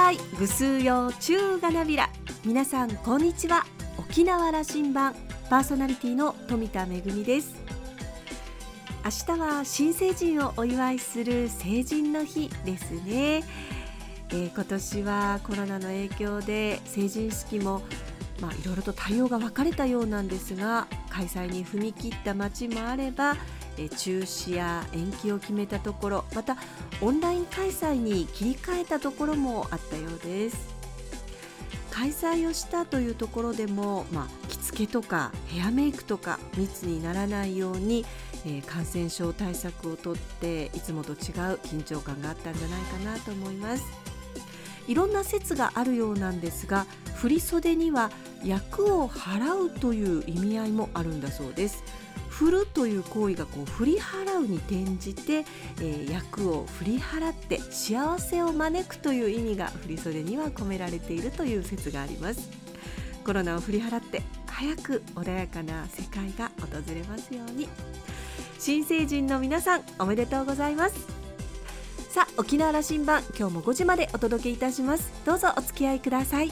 会ぐすうようちゅうがなびら。皆さんこんにちは。沖縄羅針盤パーソナリティの富田恵です。明日は新成人をお祝いする成人の日ですね。今年はコロナの影響で成人式もいろいろと対応が分かれたようなんですが、開催に踏み切った町もあれば中止や延期を決めたところ、またオンライン開催に切り替えたところもあったようです。開催をしたというところでも、着付けとかヘアメイクとか密にならないように、感染症対策をとっていつもと違う緊張感があったんじゃないかなと思います。いろんな説があるようなんですが、振袖には厄を払うという意味合いもあるんだそうです。振るという行為が振り払うに転じて、厄を振り払って幸せを招くという意味が振袖には込められているという説があります。コロナを振り払って早く穏やかな世界が訪れますように。新成人の皆さんおめでとうございます。さあ、沖縄羅針盤、今日も5時までお届けいたします。どうぞお付き合いください。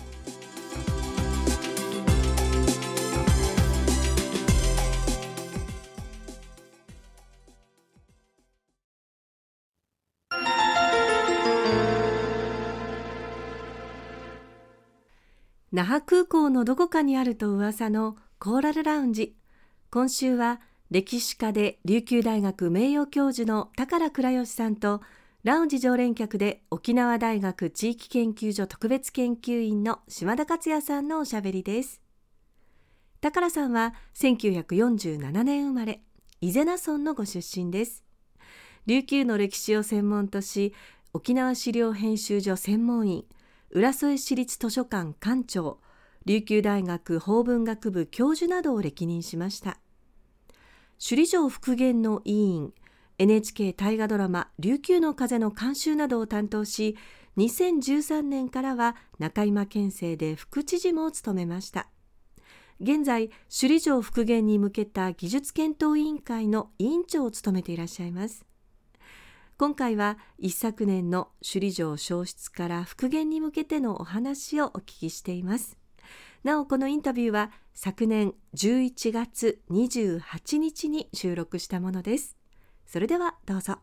那覇空港のどこかにあると噂のコーラルラウンジ。今週は歴史家で琉球大学名誉教授の宝倉義さんと、ラウンジ常連客で沖縄大学地域研究所特別研究員の島田克也さんのおしゃべりです。宝さんは1947年生まれ、伊是名村のご出身です。琉球の歴史を専門とし、沖縄資料編集所専門員、浦添市立図書館館長、琉球大学法文学部教授などを歴任しました。首里城復元の委員、NHK 大河ドラマ琉球の風の監修などを担当し、2013年からは中今県政で副知事も務めました。現在、首里城復元に向けた技術検討委員会の委員長を務めていらっしゃいます。今回は一昨年の首里城焼失から復元に向けてのお話をお聞きしています。なお、このインタビューは昨年11月28日に収録したものです。それではどうぞ。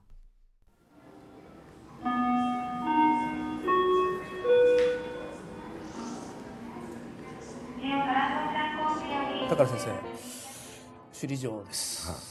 宝先生、首里城です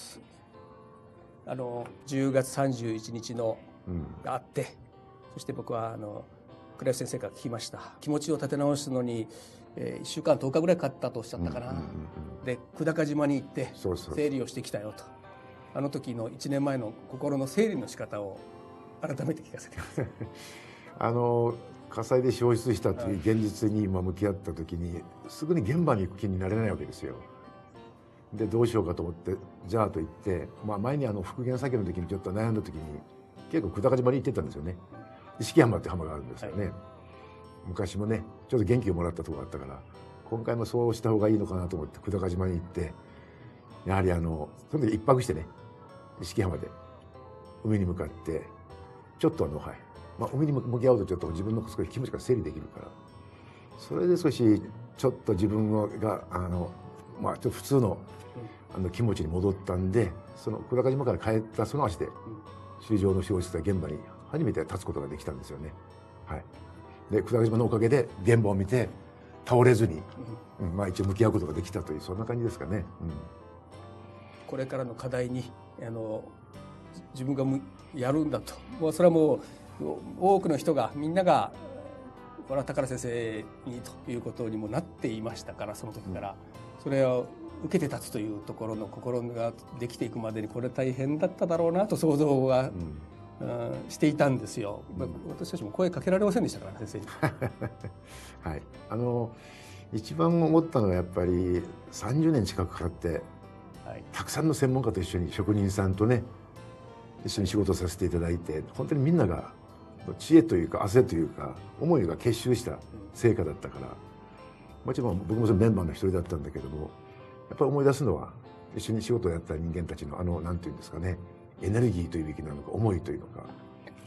。10月31日のがあって、そして僕は倉吉先生から聞きました。気持ちを立て直すのに、1週間10日ぐらいかかったとおっしゃったかな。で、久高島に行って整理をしてきたよと。あの時の1年前の心の整理の仕方を改めて聞かせてください。 火災で焼失したという現実に向き合った時に、すぐに現場に行く気になれないわけですよ。で、どうしようかと思って、じゃあと言って、前に復元作業の時にちょっと悩んだ時に結構久高島に行ってたんですよね。敷浜って浜があるんですよね、昔もねちょっと元気をもらったところがあったから、今回もそうした方がいいのかなと思って久高島に行って、やはりその時一泊してね、敷浜で海に向かってちょっと海に向き合うとちょっと自分の少し気持ちが整理できるから、それで少しちょっと自分がちょっと普通の気持ちに戻ったんで、その久高島から帰ったその足で首里城の焼失した現場に初めて立つことができたんですよね。で、久高島のおかげで現場を見て倒れずに、一応向き合うことができたという、そんな感じですかね。 これからの課題に自分がやるんだと、それはもう多くの人がみんながこれは宝先生にということにもなっていましたから、その時から、それを受けて立つというところの心ができていくまでにこれ大変だっただろうなと想像が、していたんですよ。私たちも声かけられませんでしたから先生に。 一番思ったのはやっぱり30年近くかかって、たくさんの専門家と一緒に職人さんとね一緒に仕事をさせていただいて、本当にみんなが知恵というか汗というか思いが結集した成果だったから、もちろん僕もそのメンバーの一人だったんだけども、やっぱり思い出すのは一緒に仕事をやった人間たちのなんていうんですかね、エネルギーというべきなのか思いというのか、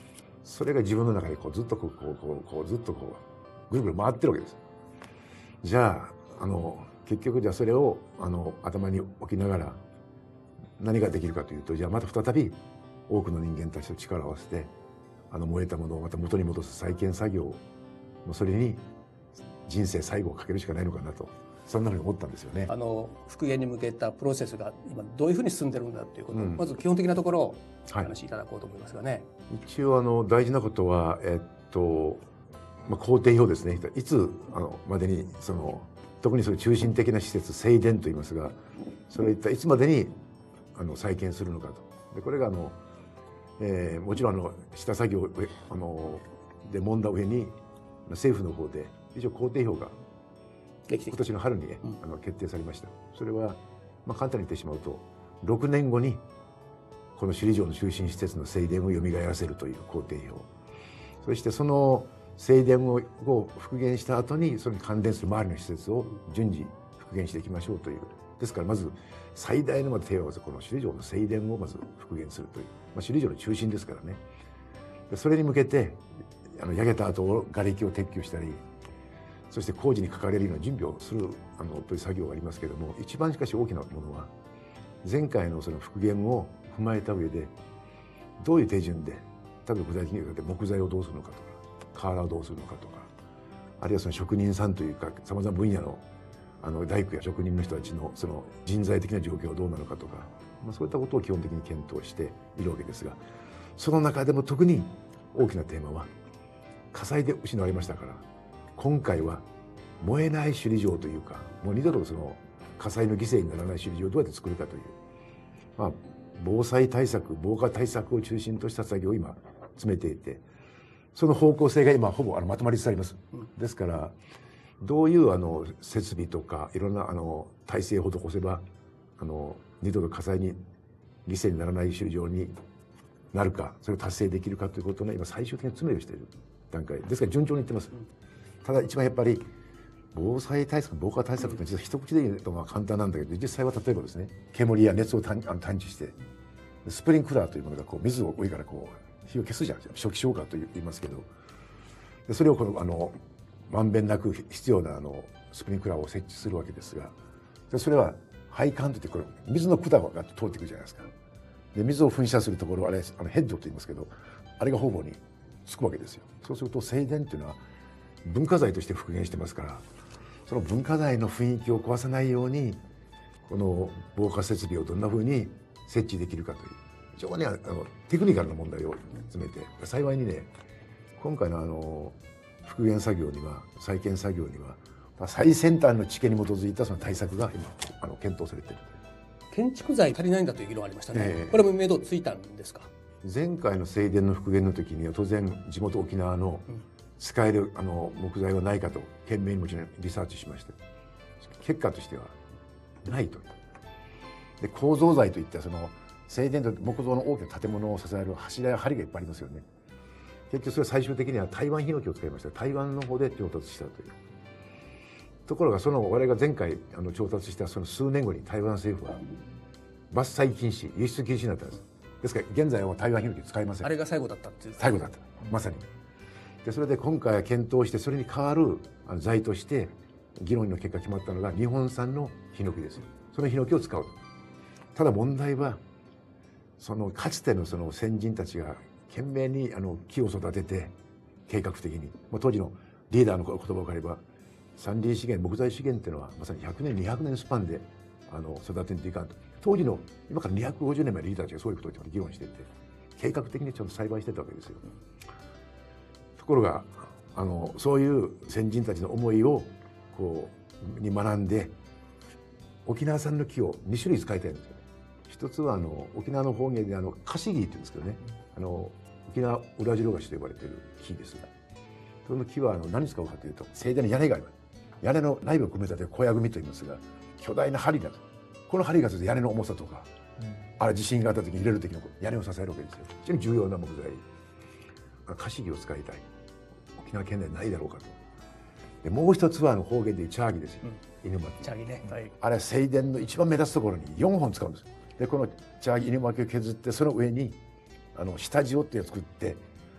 それが自分の中でずっとずっとぐるぐる回ってるわけです。じゃあ結局じゃあそれを頭に置きながら何ができるかというと、じゃあまた再び多くの人間たちと力を合わせて燃えたものをまた元に戻す再建作業、それに人生最後をかけるしかないのかなと、そんなふうに思ったんですよね。 復元に向けたプロセスが今どういうふうに進んでるんだということ、まず基本的なところをお話しいただこうと思いますがね。 一応大事なことは工程表ですね。いつまでに特にその中心的な施設、正殿といいますが、それを一体いつまでに再建するのかと。でこれがもちろん下作業で揉んだ上に政府の方で一応工程表が今年の春にね、決定されました。それは、簡単に言ってしまうと6年後にこの首里城の中心施設の正殿を蘇らせるという工程表、そしてその正殿を復元した後にそれに関連する周りの施設を順次復元していきましょうという。ですからまず最大のテーマはこの首里城の正殿をまず復元するという、首里城の中心ですからね。それに向けて焼けた後瓦礫を撤去したり、そして工事にかかれるような準備をするという作業がありますけれども、一番しかし大きなものは前回のその復元を踏まえた上でどういう手順で、例えば具体的に言うと木材をどうするのかとか瓦をどうするのかとか、あるいはその職人さんというかさまざまな分野の大工や職人の人たちのその人材的な状況はどうなのかとか、そういったことを基本的に検討しているわけですが、その中でも特に大きなテーマは火災で失われましたから、今回は燃えない首里城というか、もう二度とその火災の犠牲にならない首里城をどうやって作るかという、防災対策、防火対策を中心とした作業を今詰めていて、その方向性が今ほぼまとまりつつあります。ですからどういう設備とかいろんな体制を施せば二度と火災に犠牲にならない首里城になるか、それを達成できるかということを今最終的に詰めをしている段階ですから順調にいってます。ただ一番やっぱり防災対策、防火対策って実は一口で言うと簡単なんだけど、実際は例えばですね、煙や熱を探知してスプリンクラーというものが水を上から火を消すじゃん、初期消火と言いますけど、でそれをまんべんなく必要なスプリンクラーを設置するわけですが、それは配管といって水の管が通っていくじゃないですか。で水を噴射するところ、あれヘッドと言いますけど、あれが方々につくわけですよ。そうすると正殿っていうのは文化財として復元してますから、その文化財の雰囲気を壊さないようにこの防火設備をどんなふうに設置できるかという非常にテクニカルな問題を詰めて、幸いにね、今回の復元作業には、再建作業には最先端の知見に基づいたその対策が今検討されている。 建築材足りないんだという議論がありましたね。これも目処ついたんですか？ 前回の正殿の復元の時には当然地元沖縄の使える木材はないかと懸命にもちろんリサーチしました。結果としてはないと。で構造材といったその正殿と木造の大きな建物を支える柱や梁がいっぱいありますよね。結局それは最終的には台湾ヒノキを使いました。台湾の方で調達したという。ところが我々が前回調達したその数年後に台湾政府は伐採禁止、輸出禁止になったんです。ですから現在は台湾ヒノキ使いません。 あれが最後だったっていう。 最後だった、まさに。でそれで今回は検討して、それに代わる材として議論の結果決まったのが日本産のヒノキですよ。そのヒノキを使う。ただ問題はかつてのその先人たちが懸命に木を育てて計画的に、当時のリーダーの言葉を借りれば山林資源、木材資源っていうのはまさに100年200年スパンで育てていかんと。当時の今から250年前のリーダーたちがそういうことを議論していて、計画的にちゃんと栽培してたわけですよ。ところがそういう先人たちの思いをに学んで、沖縄産の木を2種類使いたいんですよね。一つは沖縄の方言でカシギって言うんですけどね、沖縄裏白樫と呼ばれている木ですが、その木は何使うかというと、盛大な屋根があります。屋根の内部を組み立てる小屋組と言いますが、巨大な梁だと。この梁が屋根の重さとか、あれ地震があった時に揺れる時の屋根を支えるわけですよ。非常に重要な木材、カシギを使いたい。沖縄県内ないだろうかと。でもう一つは方言でいうチャーギですよ、犬巻。 チャーギね、はい、 あれ正殿の一番目立つところに4本使うんですよ。でこのチャーギ犬巻きを削って、その上に下地をって作って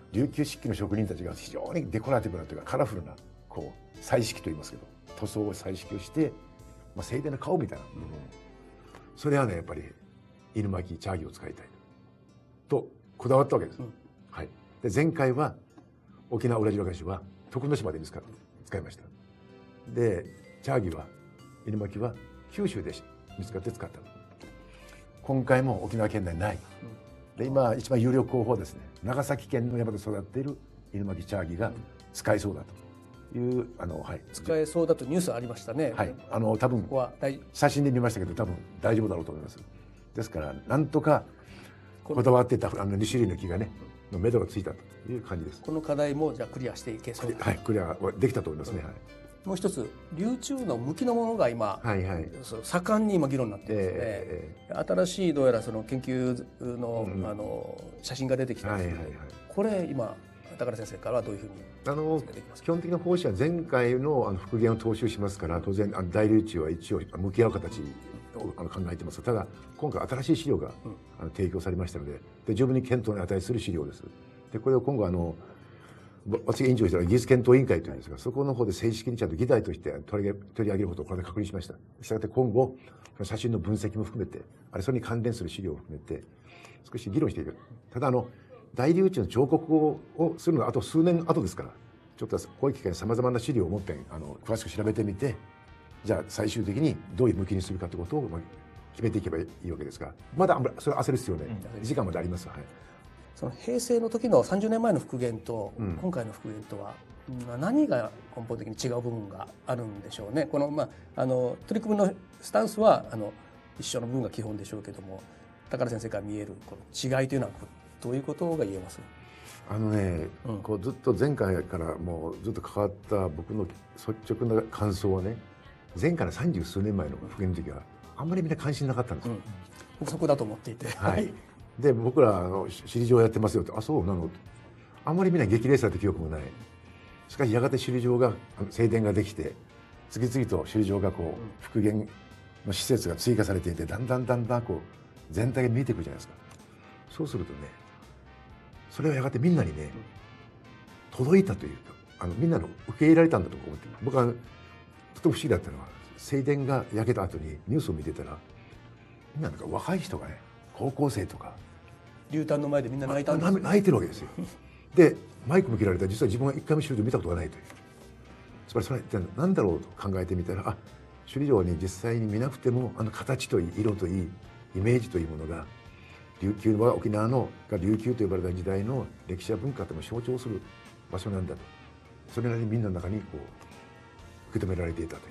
琉球漆器の職人たちが非常にデコラティブなというかカラフルなこう彩色と言いますけど塗装を彩色をして、正殿の顔みたいな、それはねやっぱり犬巻チャーギーを使いたいとこだわったわけです、はい、で前回は沖縄ウラジロガシは徳之島で使いました。でチャーギーは犬巻は九州で見つかって使った。今回も沖縄県内ない、で今一番有力候補はですね、長崎県の山で育っている犬巻チャーギーが使えそうだというはい、 使えそうだとニュースありましたね。 はい、多分写真で見ましたけど多分大丈夫だろうと思います。ですからなんとかこだわってた2種類の木がねの目処がついたという感じです。 この課題もじゃあクリアしていけそうだ。 はい、クリアはできたと思いますね。はい。 もう一つ流通の向きのものが今、盛んに今議論になっていますね。新しいどうやらその研究の、写真が出てきたんですけど、これ今高田先生からはどういうふうに基本的な方針は前回の復元を踏襲しますから、当然大流通は一応向き合う形を考えてます。ただ今回新しい資料が提供されましたので、十分に検討に値する資料です。でこれを今後私が委員長した技術検討委員会というんですが、そこの方で正式にちゃんと議題として取り上げることをこれで確認しました。したがって今後写真の分析も含めてそれに関連する資料を含めて少し議論していく。ただ大流通の彫刻をするのはあと数年後ですから、ちょっとこういう機会にさまざまな資料を持って詳しく調べてみて、じゃあ最終的にどういう向きにするかということを決めていけばいいわけですが、まだそれは焦る必要ない、時間まであります。はい。 その平成の時の30年前の復元と今回の復元とは何が根本的に違う部分があるんでしょうね。この取り組みのスタンスは一緒の部分が基本でしょうけども、高田先生から見えるこの違いというのはどういうことが言えます？ こうずっと前回からもうずっと関わった僕の率直な感想はね、前回の30数年前の復元の時はあんまりみんな関心なかったんですよ。 僕そこだと思っていて、 はい。で僕ら首里城やってますよって、あそうなのって、あんまりみんな激励された記憶もない。しかしやがて首里城が正殿ができて、次々と首里城がこう復元の施設が追加されていて、だんだんこう全体が見えてくるじゃないですか。そうするとね、それはやがてみんなにね届いたというか、みんなの受け入れられたんだと思って、僕はとても不思議だったのは、正殿が焼けた後にニュースを見てたら、みんな若い人がね、高校生とか流炭の前でみんな泣いたんですよ。 泣いてるわけですよ。でマイク向けられたら、実は自分は一回も首里城見たことがないという。つまりそれは何だろうと考えてみたら、首里城に実際に見なくても形といい色といいイメージというものが、琉球は沖縄のが琉球と呼ばれた時代の歴史や文化とも象徴する場所なんだと、それなりにみんなの中にこう受け止められていたという。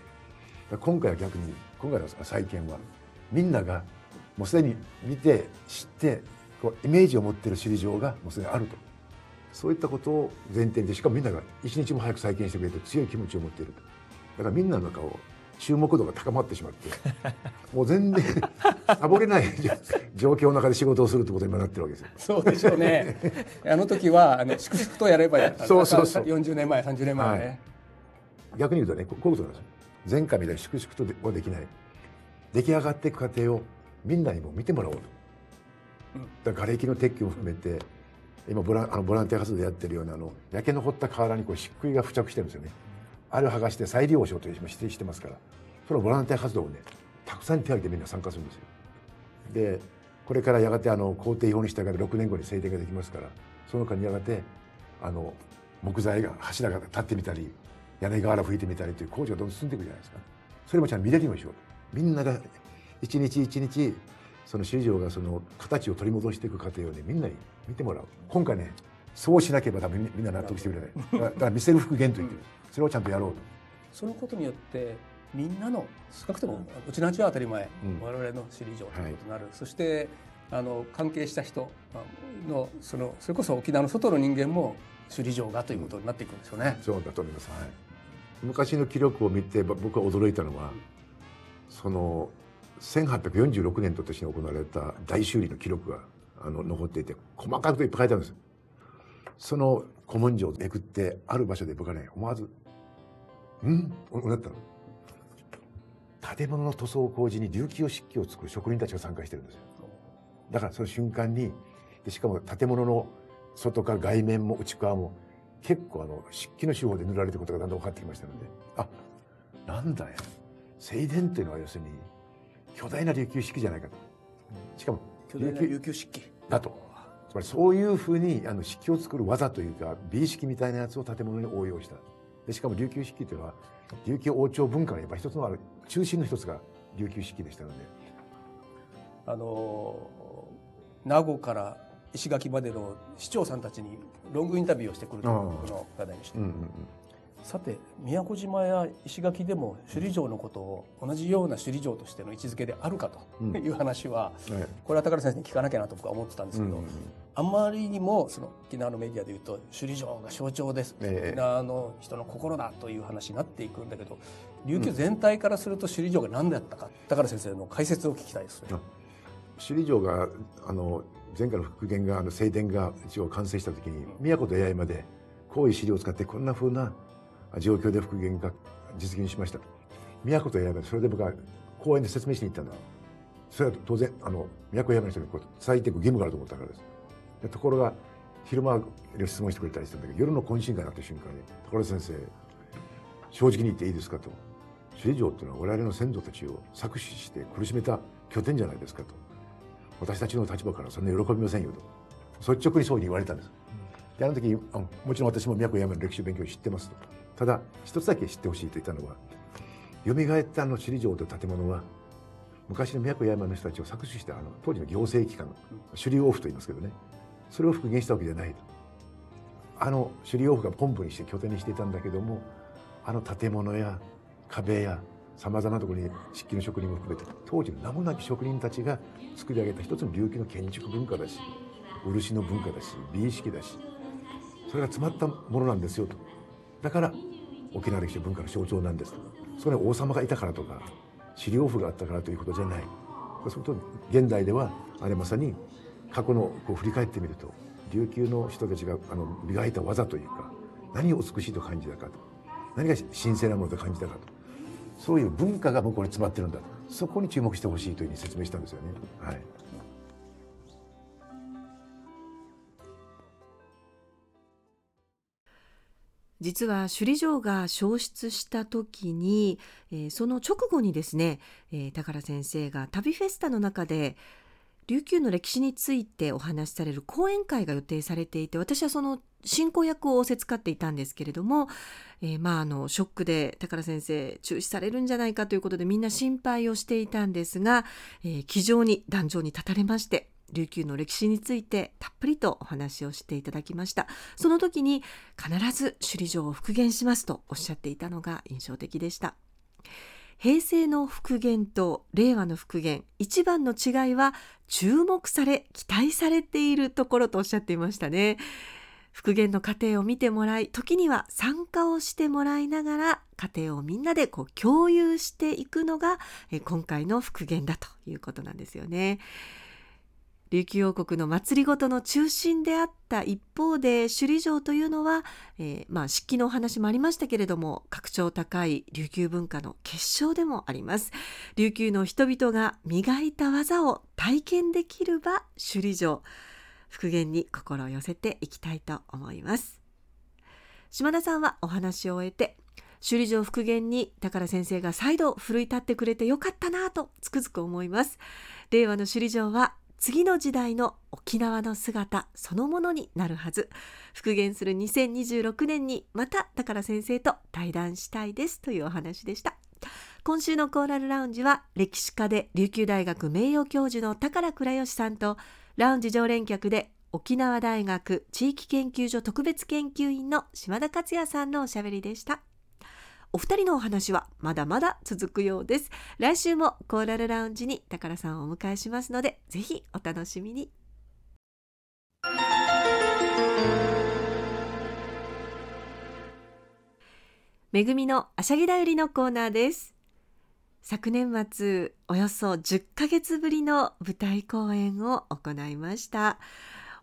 今回は逆に、今回の再建はみんながもうすでに見て知ってこうイメージを持っている首里城がもうすでにあると、そういったことを前提で、しかもみんなが一日も早く再建してくれて強い気持ちを持っていると。だからみんなの中を注目度が高まってしまって、もう全然サボれない状況の中で仕事をするってことに今なってるわけですよ。 そうでしょうね。あの時は粛々とやればそう40年前30年前ね、はい、 逆に言うとね、こういうことなんですよ。前回みたいに粛々とはできない、出来上がっていく過程をみんなにも見てもらおうと。だから瓦礫の撤去を含めて今ボランティア活動でやってるような焼け残った瓦にこう漆喰が付着してるんですよね。あれを剥がして再利用しようという指定してますから、そのボランティア活動をねたくさん手挙げてみんな参加するんですよ。でこれからやがて工程法に従って6年後に正殿ができますから、その間にやがて木材が柱が立ってみたり屋根瓦吹いてみたりという工事がどんどん進んでいくじゃないですか。それもちゃんと見れるようにしようと。みんなが一日一日その首里城がその形を取り戻していく過程をねみんなに見てもらう。今回ねそうしなければ多分みんな納得してくれない。だから見せる復元と言ってる。それをちゃんとやろうと。 そのことによってみんなの少なくともうちの町は当たり前、我々の首里城ということになる、そして関係した人のそれこそ沖縄の外の人間も首里城がということになっていくんですよね。 そうだと思います、はい、昔の記録を見て僕は驚いたのは、その1846年と年に行われた大修理の記録が残っていて、細かくいっぱい書いてあるんですよ。その古文書をめくってある場所で僕はね思わずなったの。建物の塗装工事に琉球漆器を作る職人たちが参加してるんですよ。だからその瞬間に、しかも建物の外側外面も内側も結構漆器の手法で塗られていることがだんだん分かってきましたので、なんだよ、正殿っていうのは要するに巨大な琉球漆器じゃないかと。しかも巨大な琉球漆器だと。つまりそういうふうに漆器を作る技というか美意識みたいなやつを建物に応用した。でしかも琉球漆器というのは琉球王朝文化のやっぱ一つの中心の一つが琉球漆器でしたので、 名護から石垣までの市長さんたちにロングインタビューをしてくるというこの課題にして、さて宮古島や石垣でも首里城のことを同じような首里城としての位置づけであるかという話は、これは高田先生に聞かなきゃなと僕は思ってたんですけど、あんまりにもその沖縄のメディアでいうと首里城が象徴です、沖縄の人の心だという話になっていくんだけど、琉球全体からすると首里城が何だったか、高田先生の解説を聞きたいですね。 首里城が前回の復元が正殿が一応完成した時に宮古と八重まで高い資料を使ってこんな風な状況で復元が実現しました。宮古と八重までそれで僕は講演で説明しに行ったんだ。それは当然宮古八重の人に伝えていく義務があると思ったからです。ところが昼間質問してくれたりしたんだけど、夜の懇親会になった瞬間に「高田先生正直に言っていいですか」と「首里城っていうのは我々の先祖たちを搾取して苦しめた拠点じゃないですか」と。私たちの立場からそんな喜びませんよと率直にそうに言われたんです。で時もちろん私も宮古八重の歴史勉強を知ってますと。ただ一つだけ知ってほしいと言ったのは、蘇った首里城という建物は昔の宮古八重の人たちを搾取した当時の行政機関首里王府と言いますけどね、それを復元したわけじゃないと。首里王府が本部にして拠点にしていたんだけども、建物や壁やさまざまなところに漆器の職人も含めて当時の名もなき職人たちが作り上げた一つの琉球の建築文化だし、漆の文化だし、美意識だし、それが詰まったものなんですよと。だから沖縄歴史文化の象徴なんですと。それは王様がいたからとか首里王府があったからということじゃない。そうすると現代ではあれまさに過去の振り返ってみると琉球の人たちが磨いた技というか、何を美しいと感じたかと、何が神聖なものと感じたかと、そういう文化がここに詰まってるんだと、そこに注目してほしいというふうに説明したんですよね。はい。 実は首里城が焼失した時に、その直後にですね、高良先生が旅フェスタの中で琉球の歴史についてお話しされる講演会が予定されていて、私はその進行役を仰せつかっていたんですけれども、ショックで高良先生中止されるんじゃないかということでみんな心配をしていたんですが、気丈に壇上に立たれまして琉球の歴史についてたっぷりとお話をしていただきました。その時に必ず首里城を復元しますとおっしゃっていたのが印象的でした。平成の復元と令和の復元、一番の違いは注目され期待されているところとおっしゃっていましたね。復元の過程を見てもらい、時には参加をしてもらいながら過程をみんなで共有していくのが今回の復元だということなんですよね。琉球王国の祭りごとの中心であった一方で、首里城というのは、漆器のお話もありましたけれども、格調高い琉球文化の結晶でもあります。琉球の人々が磨いた技を体験できる場、首里城。復元に心を寄せていきたいと思います。島田さんはお話を終えて、首里城復元に高良先生が再度奮い立ってくれてよかったなとつくづく思います。令和の首里城は次の時代の沖縄の姿そのものになるはず。復元する2026年にまた高良先生と対談したいですというお話でした。今週のコーラルラウンジは歴史家で琉球大学名誉教授の高良倉吉さんと、ラウンジ常連客で沖縄大学地域研究所特別研究員の島田克也さんのおしゃべりでした。お二人のお話はまだまだ続くようです。来週もコーラルラウンジに高良さんをお迎えしますので、ぜひお楽しみに。めぐみのあしゃぎだよりのコーナーです。昨年末およそ10ヶ月ぶりの舞台公演を行いました。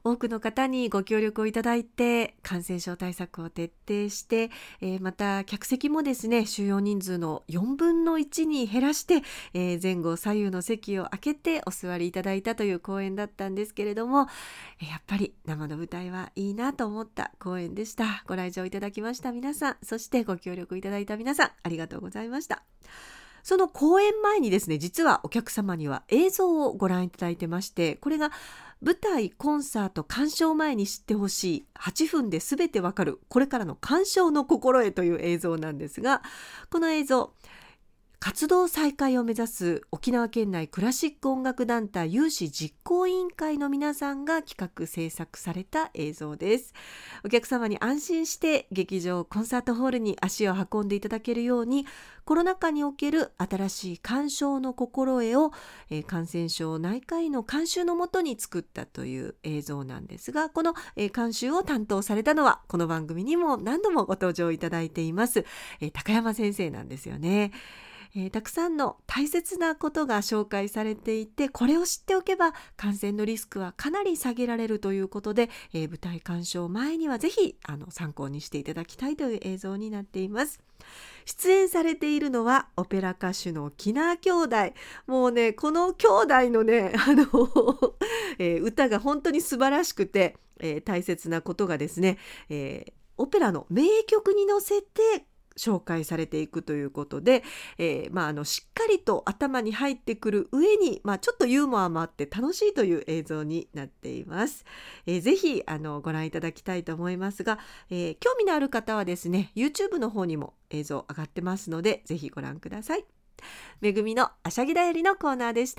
多くの方にご協力をいただいて感染症対策を徹底して、また客席もですね収容人数の4分の1に減らして、前後左右の席を空けてお座りいただいたという公演だったんですけれども、やっぱり生の舞台はいいなと思った公演でした。ご来場いただきました皆さん、そしてご協力いただいた皆さん、ありがとうございました。その公演前にですね、実はお客様には映像をご覧いただいてまして、これが舞台コンサート鑑賞前に知ってほしい8分で全てわかるこれからの鑑賞の心得という映像なんですが、この映像、活動再開を目指す沖縄県内クラシック音楽団体有志実行委員会の皆さんが企画制作された映像です。お客様に安心して劇場コンサートホールに足を運んでいただけるように、コロナ禍における新しい鑑賞の心得を、感染症内科医の監修のもとに作ったという映像なんですが、この、監修を担当されたのはこの番組にも何度もご登場いただいています、高山先生なんですよね。たくさんの大切なことが紹介されていて、これを知っておけば感染のリスクはかなり下げられるということで、舞台鑑賞前にはぜひ参考にしていただきたいという映像になっています。出演されているのはオペラ歌手の喜納兄弟。もうね、この兄弟のね歌が本当に素晴らしくて、大切なことがですね、オペラの名曲に乗せて紹介されていくということで、しっかりと頭に入ってくる上に、ちょっとユーモアもあって楽しいという映像になっています。ぜひご覧いただきたいと思いますが、興味のある方はですね YouTube の方にも映像上がってますので、ぜひご覧ください。めぐみのあしゃぎだよりのコーナーでした。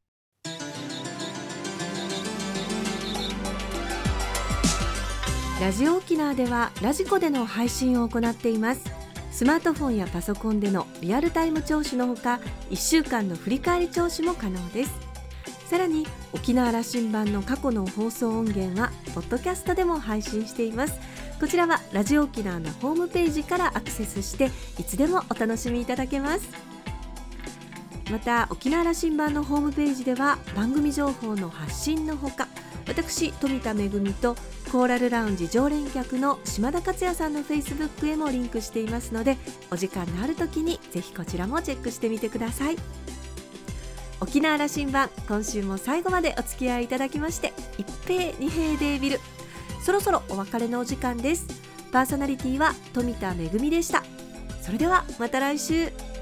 ラジオ沖縄ではラジコでの配信を行っています。スマートフォンやパソコンでのリアルタイム聴取のほか、1週間の振り返り聴取も可能です。さらに沖縄羅針盤の過去の放送音源はポッドキャストでも配信しています。こちらはラジオ沖縄のホームページからアクセスしていつでもお楽しみいただけます。また沖縄羅針盤のホームページでは番組情報の発信のほか、私富田恵とコーラルラウンジ常連客の島田克也さんの Facebook へもリンクしていますので、お時間のある時にぜひこちらもチェックしてみてください。沖縄羅針盤、今週も最後までお付き合いいただきまして一平二平デービル、そろそろお別れのお時間です。パーソナリティは富田恵でした。それではまた来週。